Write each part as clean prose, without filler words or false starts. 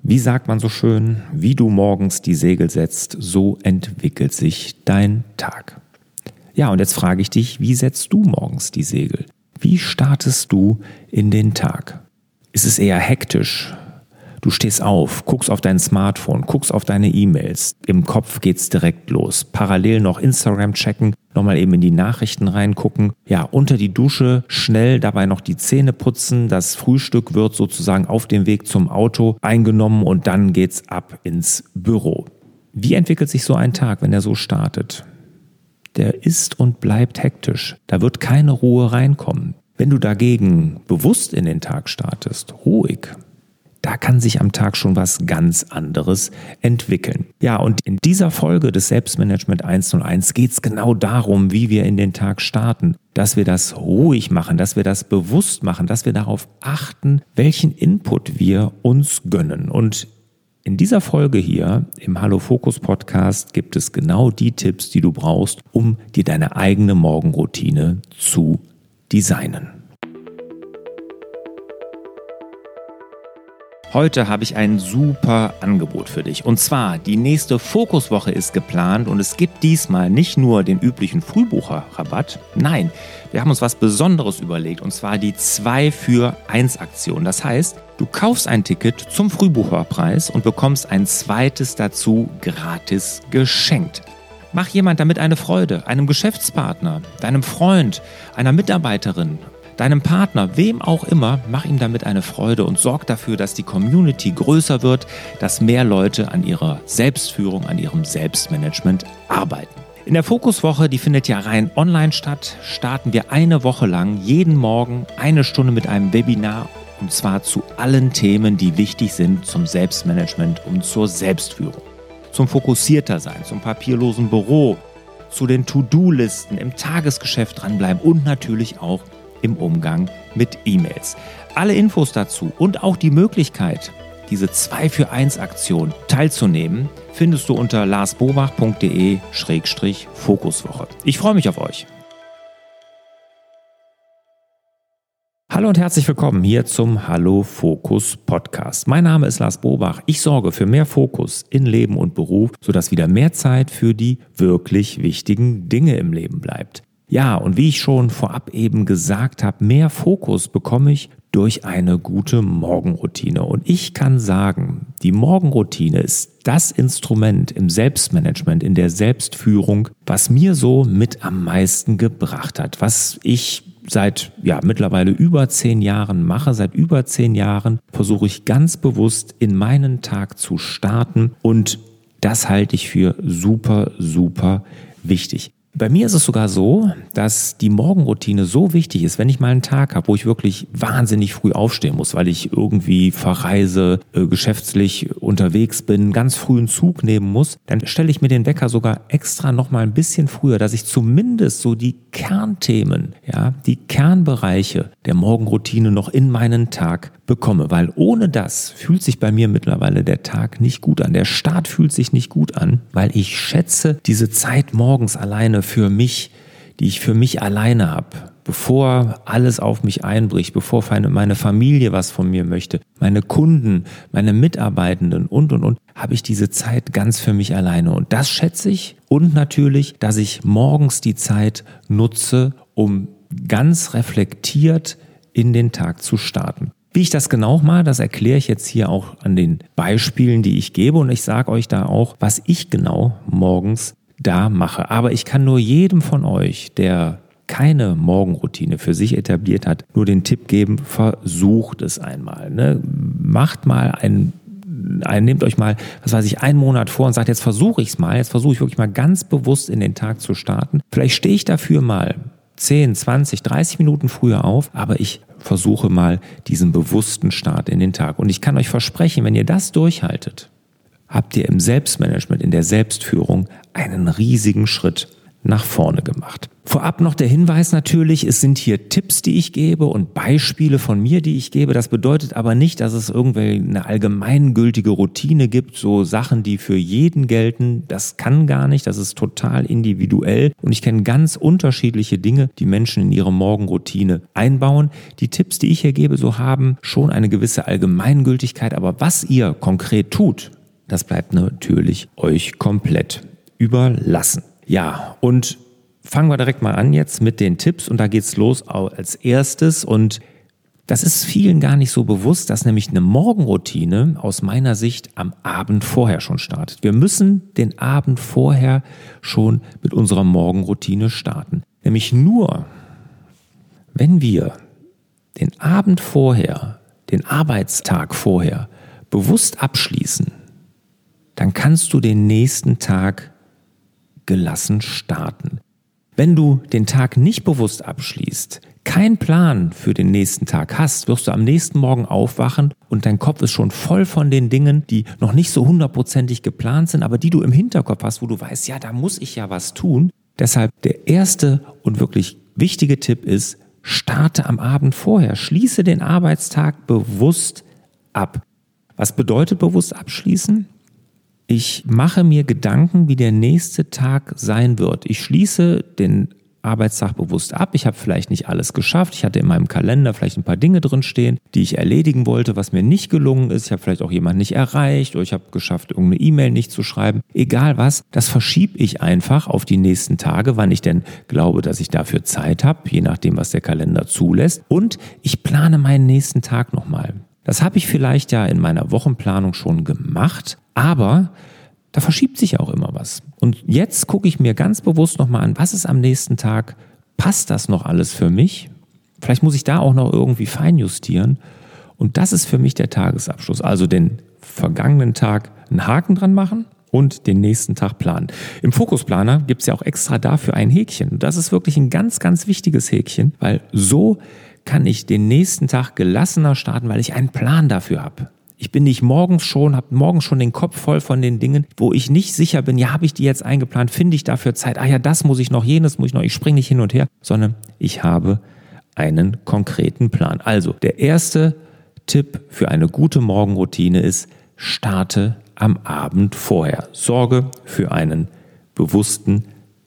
Wie sagt man so schön, wie du morgens die Segel setzt, so entwickelt sich dein Tag. Ja, und jetzt frage ich dich, wie setzt du morgens die Segel? Wie startest du in den Tag? Ist es eher hektisch? Du stehst auf, guckst auf dein Smartphone, guckst auf deine E-Mails. Im Kopf geht's direkt los. Parallel noch Instagram checken, nochmal eben in die Nachrichten reingucken. Ja, unter die Dusche, schnell dabei noch die Zähne putzen. Das Frühstück wird sozusagen auf dem Weg zum Auto eingenommen und dann geht's ab ins Büro. Wie entwickelt sich so ein Tag, wenn er so startet? Der ist und bleibt hektisch. Da wird keine Ruhe reinkommen. Wenn du dagegen bewusst in den Tag startest, ruhig, da kann sich am Tag schon was ganz anderes entwickeln. Ja, und in dieser Folge des Selbstmanagement 101 geht es genau darum, wie wir in den Tag starten, dass wir das ruhig machen, dass wir das bewusst machen, dass wir darauf achten, welchen Input wir uns gönnen. Und in dieser Folge hier im Hallo Fokus Podcast gibt es genau die Tipps, die du brauchst, um dir deine eigene Morgenroutine zu designen. Heute habe ich ein super Angebot für dich. Und zwar, die nächste Fokuswoche ist geplant und es gibt diesmal nicht nur den üblichen Frühbucherrabatt. Nein, wir haben uns was Besonderes überlegt und zwar die 2-für-1-Aktion. Das heißt, du kaufst ein Ticket zum Frühbucherpreis und bekommst ein zweites dazu gratis geschenkt. Mach jemand damit eine Freude, einem Geschäftspartner, deinem Freund, einer Mitarbeiterin, deinem Partner, wem auch immer, mach ihm damit eine Freude und sorg dafür, dass die Community größer wird, dass mehr Leute an ihrer Selbstführung, an ihrem Selbstmanagement arbeiten. In der Fokuswoche, die findet ja rein online statt, starten wir eine Woche lang jeden Morgen 1 Stunde mit einem Webinar und zwar zu allen Themen, die wichtig sind zum Selbstmanagement und zur Selbstführung. Zum Fokussiertersein, zum papierlosen Büro, zu den To-Do-Listen, im Tagesgeschäft dranbleiben und natürlich auch im Umgang mit E-Mails. Alle Infos dazu und auch die Möglichkeit, diese 2-für-1-Aktion teilzunehmen, findest du unter larsbobach.de/Fokuswoche. Ich freue mich auf euch. Hallo und herzlich willkommen hier zum Hallo Fokus Podcast. Mein Name ist Lars Bobach. Ich sorge für mehr Fokus in Leben und Beruf, sodass wieder mehr Zeit für die wirklich wichtigen Dinge im Leben bleibt. Ja, und wie ich schon vorab eben gesagt habe, mehr Fokus bekomme ich durch eine gute Morgenroutine. Und ich kann sagen, die Morgenroutine ist das Instrument im Selbstmanagement, in der Selbstführung, was mir so mit am meisten gebracht hat, was ich seit mittlerweile über 10 Jahren mache. Seit über 10 Jahren versuche ich ganz bewusst in meinen Tag zu starten und das halte ich für super, super wichtig. Bei mir ist es sogar so, dass die Morgenroutine so wichtig ist, wenn ich mal einen Tag habe, wo ich wirklich wahnsinnig früh aufstehen muss, weil ich irgendwie verreise, geschäftlich unterwegs bin, ganz früh einen Zug nehmen muss, dann stelle ich mir den Wecker sogar extra noch mal ein bisschen früher, dass ich zumindest so die Kernthemen, die Kernbereiche der Morgenroutine noch in meinen Tag bekomme, weil ohne das fühlt sich bei mir mittlerweile der Tag nicht gut an. Der Start fühlt sich nicht gut an, weil ich schätze diese Zeit morgens alleine für mich, die ich für mich alleine habe, bevor alles auf mich einbricht, bevor meine Familie was von mir möchte, meine Kunden, meine Mitarbeitenden und, habe ich diese Zeit ganz für mich alleine. Und das schätze ich und natürlich, dass ich morgens die Zeit nutze, um ganz reflektiert in den Tag zu starten. Wie ich das genau mache, das erkläre ich jetzt hier auch an den Beispielen, die ich gebe und ich sage euch da auch, was ich genau morgens da mache. Aber ich kann nur jedem von euch, der keine Morgenroutine für sich etabliert hat, nur den Tipp geben, versucht es einmal. Macht mal nehmt euch mal, einen Monat vor und sagt, jetzt versuche ich es mal, jetzt versuche ich wirklich mal ganz bewusst in den Tag zu starten. Vielleicht stehe ich dafür mal 10, 20, 30 Minuten früher auf, aber ich versuche mal diesen bewussten Start in den Tag. Und ich kann euch versprechen, wenn ihr das durchhaltet, habt ihr im Selbstmanagement, in der Selbstführung einen riesigen Schritt nach vorne gemacht. Vorab noch der Hinweis natürlich, es sind hier Tipps, die ich gebe und Beispiele von mir, die ich gebe. Das bedeutet aber nicht, dass es irgendwie eine allgemeingültige Routine gibt, so Sachen, die für jeden gelten. Das kann gar nicht, das ist total individuell und ich kenne ganz unterschiedliche Dinge, die Menschen in ihre Morgenroutine einbauen. Die Tipps, die ich hier gebe, so haben schon eine gewisse Allgemeingültigkeit, aber was ihr konkret tut, das bleibt natürlich euch komplett überlassen. Ja, und fangen wir direkt mal an jetzt mit den Tipps und da geht's los als erstes und das ist vielen gar nicht so bewusst, dass nämlich eine Morgenroutine aus meiner Sicht am Abend vorher schon startet. Wir müssen den Abend vorher schon mit unserer Morgenroutine starten. Nämlich nur, wenn wir den Abend vorher, den Arbeitstag vorher bewusst abschließen, dann kannst du den nächsten Tag gelassen starten. Wenn du den Tag nicht bewusst abschließt, keinen Plan für den nächsten Tag hast, wirst du am nächsten Morgen aufwachen und dein Kopf ist schon voll von den Dingen, die noch nicht so hundertprozentig geplant sind, aber die du im Hinterkopf hast, wo du weißt, ja, da muss ich ja was tun. Deshalb der erste und wirklich wichtige Tipp ist, starte am Abend vorher, schließe den Arbeitstag bewusst ab. Was bedeutet bewusst abschließen? Ich mache mir Gedanken, wie der nächste Tag sein wird. Ich schließe den Arbeitstag bewusst ab. Ich habe vielleicht nicht alles geschafft. Ich hatte in meinem Kalender vielleicht ein paar Dinge drin stehen, die ich erledigen wollte, was mir nicht gelungen ist. Ich habe vielleicht auch jemanden nicht erreicht oder ich habe geschafft, irgendeine E-Mail nicht zu schreiben. Egal was, das verschiebe ich einfach auf die nächsten Tage, wann ich denn glaube, dass ich dafür Zeit habe, je nachdem, was der Kalender zulässt. Und ich plane meinen nächsten Tag nochmal. Das habe ich vielleicht ja in meiner Wochenplanung schon gemacht, aber da verschiebt sich auch immer was. Und jetzt gucke ich mir ganz bewusst nochmal an, was ist am nächsten Tag, passt das noch alles für mich? Vielleicht muss ich da auch noch irgendwie feinjustieren. Und das ist für mich der Tagesabschluss. Also den vergangenen Tag einen Haken dran machen und den nächsten Tag planen. Im Fokusplaner gibt es ja auch extra dafür ein Häkchen. Und das ist wirklich ein ganz, ganz wichtiges Häkchen, weil so kann ich den nächsten Tag gelassener starten, weil ich einen Plan dafür habe. Ich bin nicht habe morgens schon den Kopf voll von den Dingen, wo ich nicht sicher bin, ja, habe ich die jetzt eingeplant, finde ich dafür Zeit, ja, das muss ich noch, jenes muss ich noch, ich springe nicht hin und her, sondern ich habe einen konkreten Plan. Also, der erste Tipp für eine gute Morgenroutine ist, starte am Abend vorher. Sorge für einen bewussten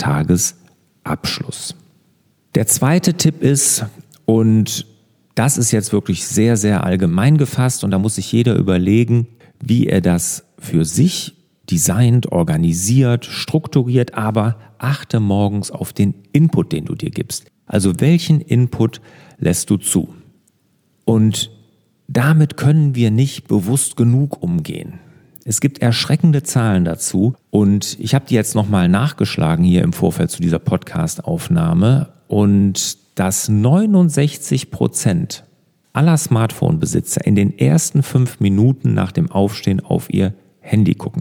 Tagesabschluss. Der zweite Tipp ist, und das ist jetzt wirklich sehr, sehr allgemein gefasst und da muss sich jeder überlegen, wie er das für sich designt, organisiert, strukturiert, aber achte morgens auf den Input, den du dir gibst. Also welchen Input lässt du zu? Und damit können wir nicht bewusst genug umgehen. Es gibt erschreckende Zahlen dazu und ich habe die jetzt nochmal nachgeschlagen hier im Vorfeld zu dieser Podcast-Aufnahme und dass 69% aller Smartphone-Besitzer in den ersten 5 Minuten nach dem Aufstehen auf ihr Handy gucken.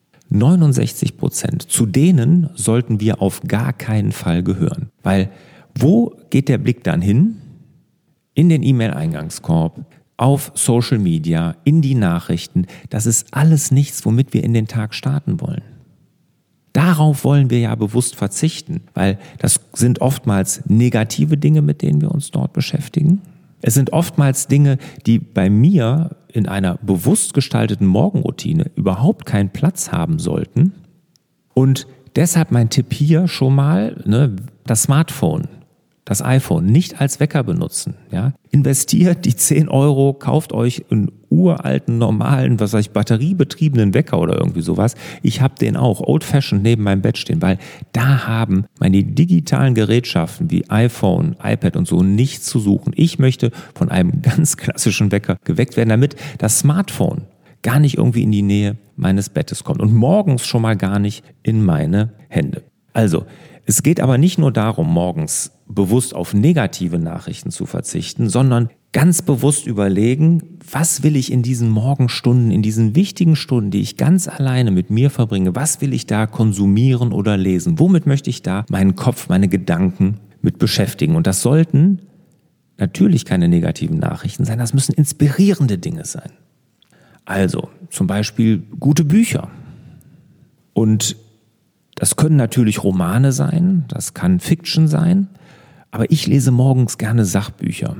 69%. Zu denen sollten wir auf gar keinen Fall gehören. Weil wo geht der Blick dann hin? In den E-Mail-Eingangskorb, auf Social Media, in die Nachrichten. Das ist alles nichts, womit wir in den Tag starten wollen. Darauf wollen wir ja bewusst verzichten, weil das sind oftmals negative Dinge, mit denen wir uns dort beschäftigen. Es sind oftmals Dinge, die bei mir in einer bewusst gestalteten Morgenroutine überhaupt keinen Platz haben sollten. Und deshalb mein Tipp hier schon mal, das Smartphone, das iPhone nicht als Wecker benutzen. Ja? Investiert die 10 €, kauft euch einen uralten, normalen, batteriebetriebenen Wecker oder irgendwie sowas. Ich habe den auch old-fashioned neben meinem Bett stehen, weil da haben meine digitalen Gerätschaften wie iPhone, iPad und so nichts zu suchen. Ich möchte von einem ganz klassischen Wecker geweckt werden, damit das Smartphone gar nicht irgendwie in die Nähe meines Bettes kommt und morgens schon mal gar nicht in meine Hände. Also, es geht aber nicht nur darum, morgens bewusst auf negative Nachrichten zu verzichten, sondern ganz bewusst überlegen, was will ich in diesen Morgenstunden, in diesen wichtigen Stunden, die ich ganz alleine mit mir verbringe, was will ich da konsumieren oder lesen? Womit möchte ich da meinen Kopf, meine Gedanken mit beschäftigen? Und das sollten natürlich keine negativen Nachrichten sein, das müssen inspirierende Dinge sein. Also zum Beispiel gute Bücher. Und Das können natürlich Romane sein, das kann Fiction sein, aber ich lese morgens gerne Sachbücher.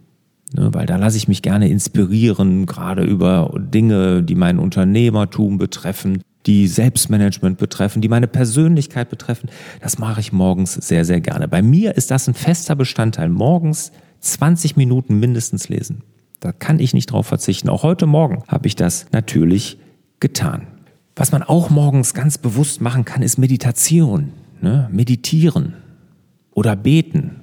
Weil da lasse ich mich gerne inspirieren, gerade über Dinge, die mein Unternehmertum betreffen, die Selbstmanagement betreffen, die meine Persönlichkeit betreffen. Das mache ich morgens sehr, sehr gerne. Bei mir ist das ein fester Bestandteil. Morgens 20 Minuten mindestens lesen. Da kann ich nicht drauf verzichten. Auch heute Morgen habe ich das natürlich getan. Was man auch morgens ganz bewusst machen kann, ist Meditation. Meditieren oder beten.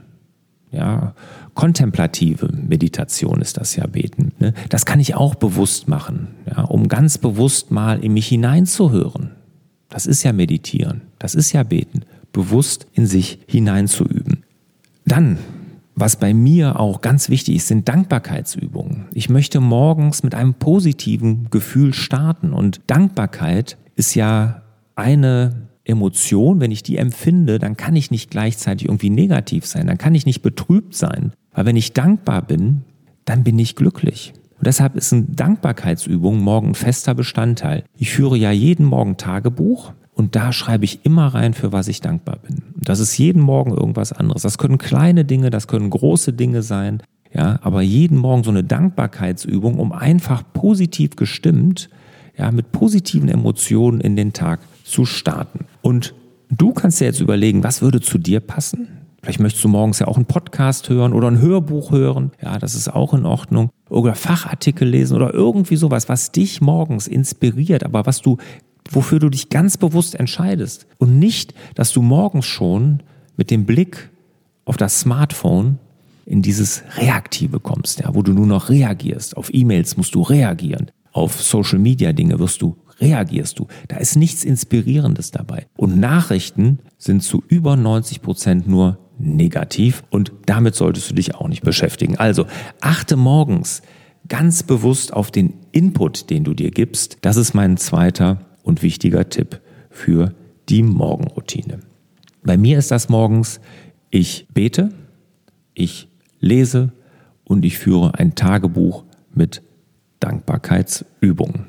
Ja, kontemplative Meditation ist das ja, beten. Das kann ich auch bewusst machen, ja, um ganz bewusst mal in mich hineinzuhören. Das ist ja meditieren, das ist ja beten, bewusst in sich hineinzuüben. Dann, was bei mir auch ganz wichtig ist, sind Dankbarkeitsübungen. Ich möchte morgens mit einem positiven Gefühl starten und Dankbarkeit ist ja eine Emotion, wenn ich die empfinde, dann kann ich nicht gleichzeitig irgendwie negativ sein, dann kann ich nicht betrübt sein, weil wenn ich dankbar bin, dann bin ich glücklich. Und deshalb ist eine Dankbarkeitsübung morgen ein fester Bestandteil. Ich führe ja jeden Morgen Tagebuch und da schreibe ich immer rein, für was ich dankbar bin. Und das ist jeden Morgen irgendwas anderes. Das können kleine Dinge, das können große Dinge sein, ja, aber jeden Morgen so eine Dankbarkeitsübung, um einfach positiv gestimmt, ja, mit positiven Emotionen in den Tag zu starten. Und du kannst dir jetzt überlegen, was würde zu dir passen? Vielleicht möchtest du morgens ja auch einen Podcast hören oder ein Hörbuch hören. Ja, das ist auch in Ordnung. Oder Fachartikel lesen oder irgendwie sowas, was dich morgens inspiriert, aber wofür du dich ganz bewusst entscheidest. Und nicht, dass du morgens schon mit dem Blick auf das Smartphone in dieses Reaktive kommst, ja, wo du nur noch reagierst. Auf E-Mails musst du reagieren. Auf Social-Media-Dinge reagierst du. Da ist nichts Inspirierendes dabei. Und Nachrichten sind zu über 90% nur negativ und damit solltest du dich auch nicht beschäftigen. Also achte morgens ganz bewusst auf den Input, den du dir gibst. Das ist mein zweiter und wichtiger Tipp für die Morgenroutine. Bei mir ist das morgens, ich bete, ich lese und ich führe ein Tagebuch mit Dankbarkeitsübungen.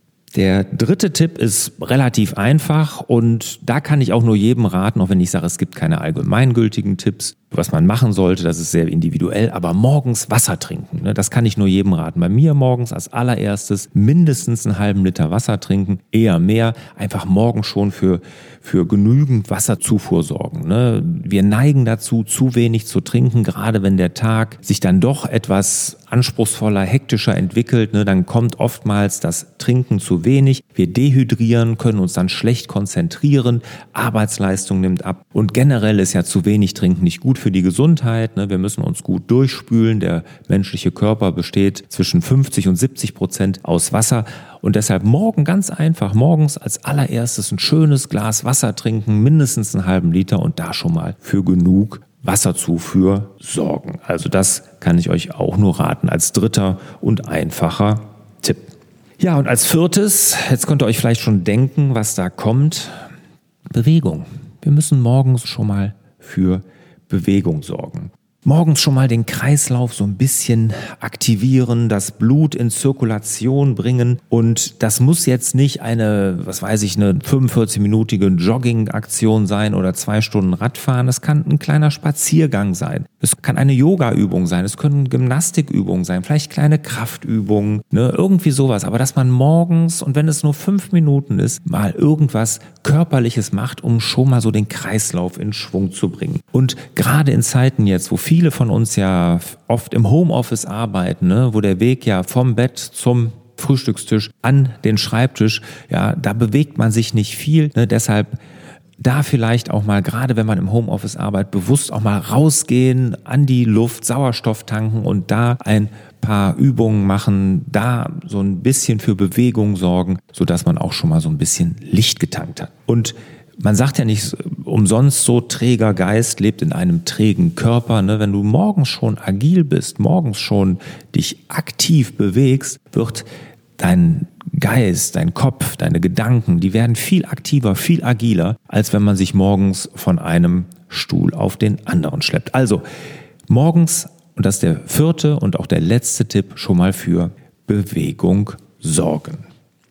Der dritte Tipp ist relativ einfach und da kann ich auch nur jedem raten, auch wenn ich sage, es gibt keine allgemeingültigen Tipps, was man machen sollte, das ist sehr individuell, aber morgens Wasser trinken, das kann ich nur jedem raten. Bei mir morgens als allererstes mindestens einen halben Liter Wasser trinken, eher mehr, einfach morgens schon für genügend Wasserzufuhr sorgen. Wir neigen dazu, zu wenig zu trinken, gerade wenn der Tag sich dann doch etwas anspruchsvoller, hektischer entwickelt, dann kommt oftmals das Trinken zu wenig. Wir dehydrieren, können uns dann schlecht konzentrieren, Arbeitsleistung nimmt ab und generell ist ja zu wenig Trinken nicht gut für die Gesundheit. Wir müssen uns gut durchspülen. Der menschliche Körper besteht zwischen 50% und 70% aus Wasser. Und deshalb ganz einfach, morgens als allererstes ein schönes Glas Wasser trinken, mindestens einen halben Liter und da schon mal für genug Wasserzufuhr sorgen. Also das kann ich euch auch nur raten als dritter und einfacher Tipp. Ja, und als viertes, jetzt könnt ihr euch vielleicht schon denken, was da kommt, Bewegung. Wir müssen morgens schon mal für Bewegung sorgen. Morgens schon mal den Kreislauf so ein bisschen aktivieren, das Blut in Zirkulation bringen und das muss jetzt nicht eine 45-minütige Jogging-Aktion sein oder 2 Stunden Radfahren, es kann ein kleiner Spaziergang sein, es kann eine Yoga-Übung sein, es können Gymnastikübungen sein, vielleicht kleine Kraftübungen, irgendwie sowas, aber dass man morgens und wenn es nur 5 Minuten ist, mal irgendwas Körperliches macht, um schon mal so den Kreislauf in Schwung zu bringen. Und gerade in Zeiten jetzt, wo viele von uns ja oft im Homeoffice arbeiten, wo der Weg ja vom Bett zum Frühstückstisch an den Schreibtisch, ja, da bewegt man sich nicht viel, deshalb da vielleicht auch mal, gerade wenn man im Homeoffice arbeitet, bewusst auch mal rausgehen, an die Luft, Sauerstoff tanken und da ein paar Übungen machen, da so ein bisschen für Bewegung sorgen, sodass man auch schon mal so ein bisschen Licht getankt hat. Und man sagt ja nicht umsonst so, träger Geist lebt in einem trägen Körper. Wenn du morgens schon agil bist, morgens schon dich aktiv bewegst, wird dein Geist, dein Kopf, deine Gedanken, die werden viel aktiver, viel agiler, als wenn man sich morgens von einem Stuhl auf den anderen schleppt. Also morgens, und das ist der vierte und auch der letzte Tipp, schon mal für Bewegung sorgen.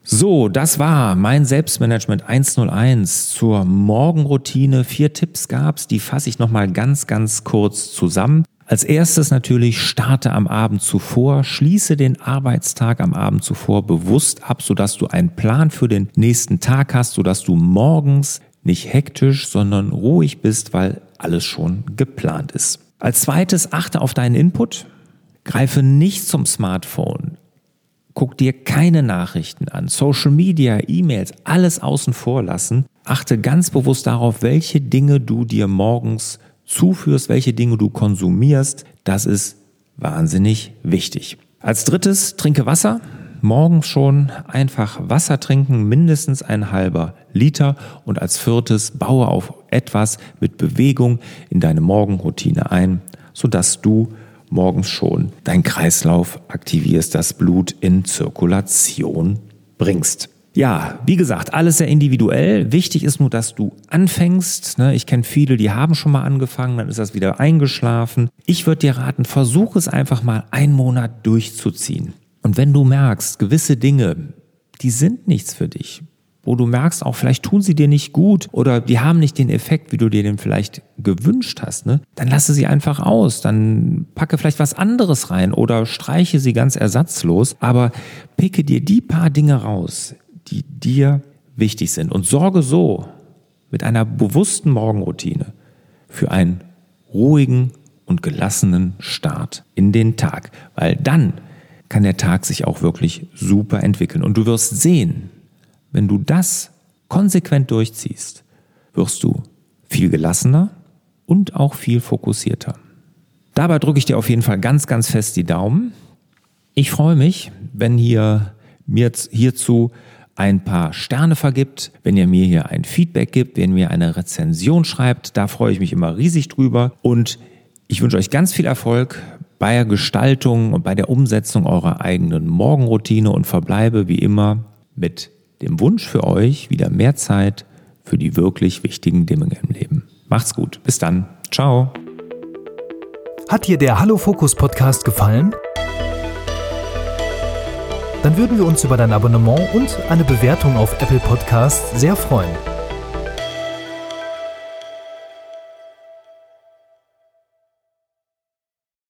So, das war mein Selbstmanagement 101 zur Morgenroutine. 4 Tipps gab's, die fasse ich nochmal ganz, ganz kurz zusammen. Als erstes natürlich, starte am Abend zuvor, schließe den Arbeitstag am Abend zuvor bewusst ab, sodass du einen Plan für den nächsten Tag hast, sodass du morgens nicht hektisch, sondern ruhig bist, weil alles schon geplant ist. Als zweites, achte auf deinen Input, greife nicht zum Smartphone. Guck dir keine Nachrichten an, Social Media, E-Mails, alles außen vor lassen. Achte ganz bewusst darauf, welche Dinge du dir morgens zuführst, welche Dinge du konsumierst. Das ist wahnsinnig wichtig. Als drittes, trinke Wasser. Morgens schon einfach Wasser trinken, mindestens 1,5 Liter. Und als viertes, baue auf etwas mit Bewegung in deine Morgenroutine ein, sodass du morgens schon deinen Kreislauf aktivierst, das Blut in Zirkulation bringst. Ja, wie gesagt, alles sehr individuell. Wichtig ist nur, dass du anfängst. Ich kenne viele, die haben schon mal angefangen, dann ist das wieder eingeschlafen. Ich würde dir raten, versuch es einfach mal 1 Monat durchzuziehen. Und wenn du merkst, gewisse Dinge, die sind nichts für dich, wo du merkst, auch vielleicht tun sie dir nicht gut oder die haben nicht den Effekt, wie du dir den vielleicht gewünscht hast, dann lasse sie einfach aus, dann packe vielleicht was anderes rein oder streiche sie ganz ersatzlos, aber picke dir die paar Dinge raus, die dir wichtig sind und sorge so mit einer bewussten Morgenroutine für einen ruhigen und gelassenen Start in den Tag, weil dann kann der Tag sich auch wirklich super entwickeln und du wirst sehen, wenn du das konsequent durchziehst, wirst du viel gelassener und auch viel fokussierter. Dabei drücke ich dir auf jeden Fall ganz, ganz fest die Daumen. Ich freue mich, wenn ihr mir hierzu ein paar Sterne vergibt, wenn ihr mir hier ein Feedback gibt, wenn ihr mir eine Rezension schreibt. Da freue ich mich immer riesig drüber. Und ich wünsche euch ganz viel Erfolg bei der Gestaltung und bei der Umsetzung eurer eigenen Morgenroutine und verbleibe wie immer mit dem Wunsch für euch wieder mehr Zeit für die wirklich wichtigen Dinge im Leben. Macht's gut. Bis dann. Ciao. Hat dir der Hallo Fokus Podcast gefallen? Dann würden wir uns über dein Abonnement und eine Bewertung auf Apple Podcasts sehr freuen.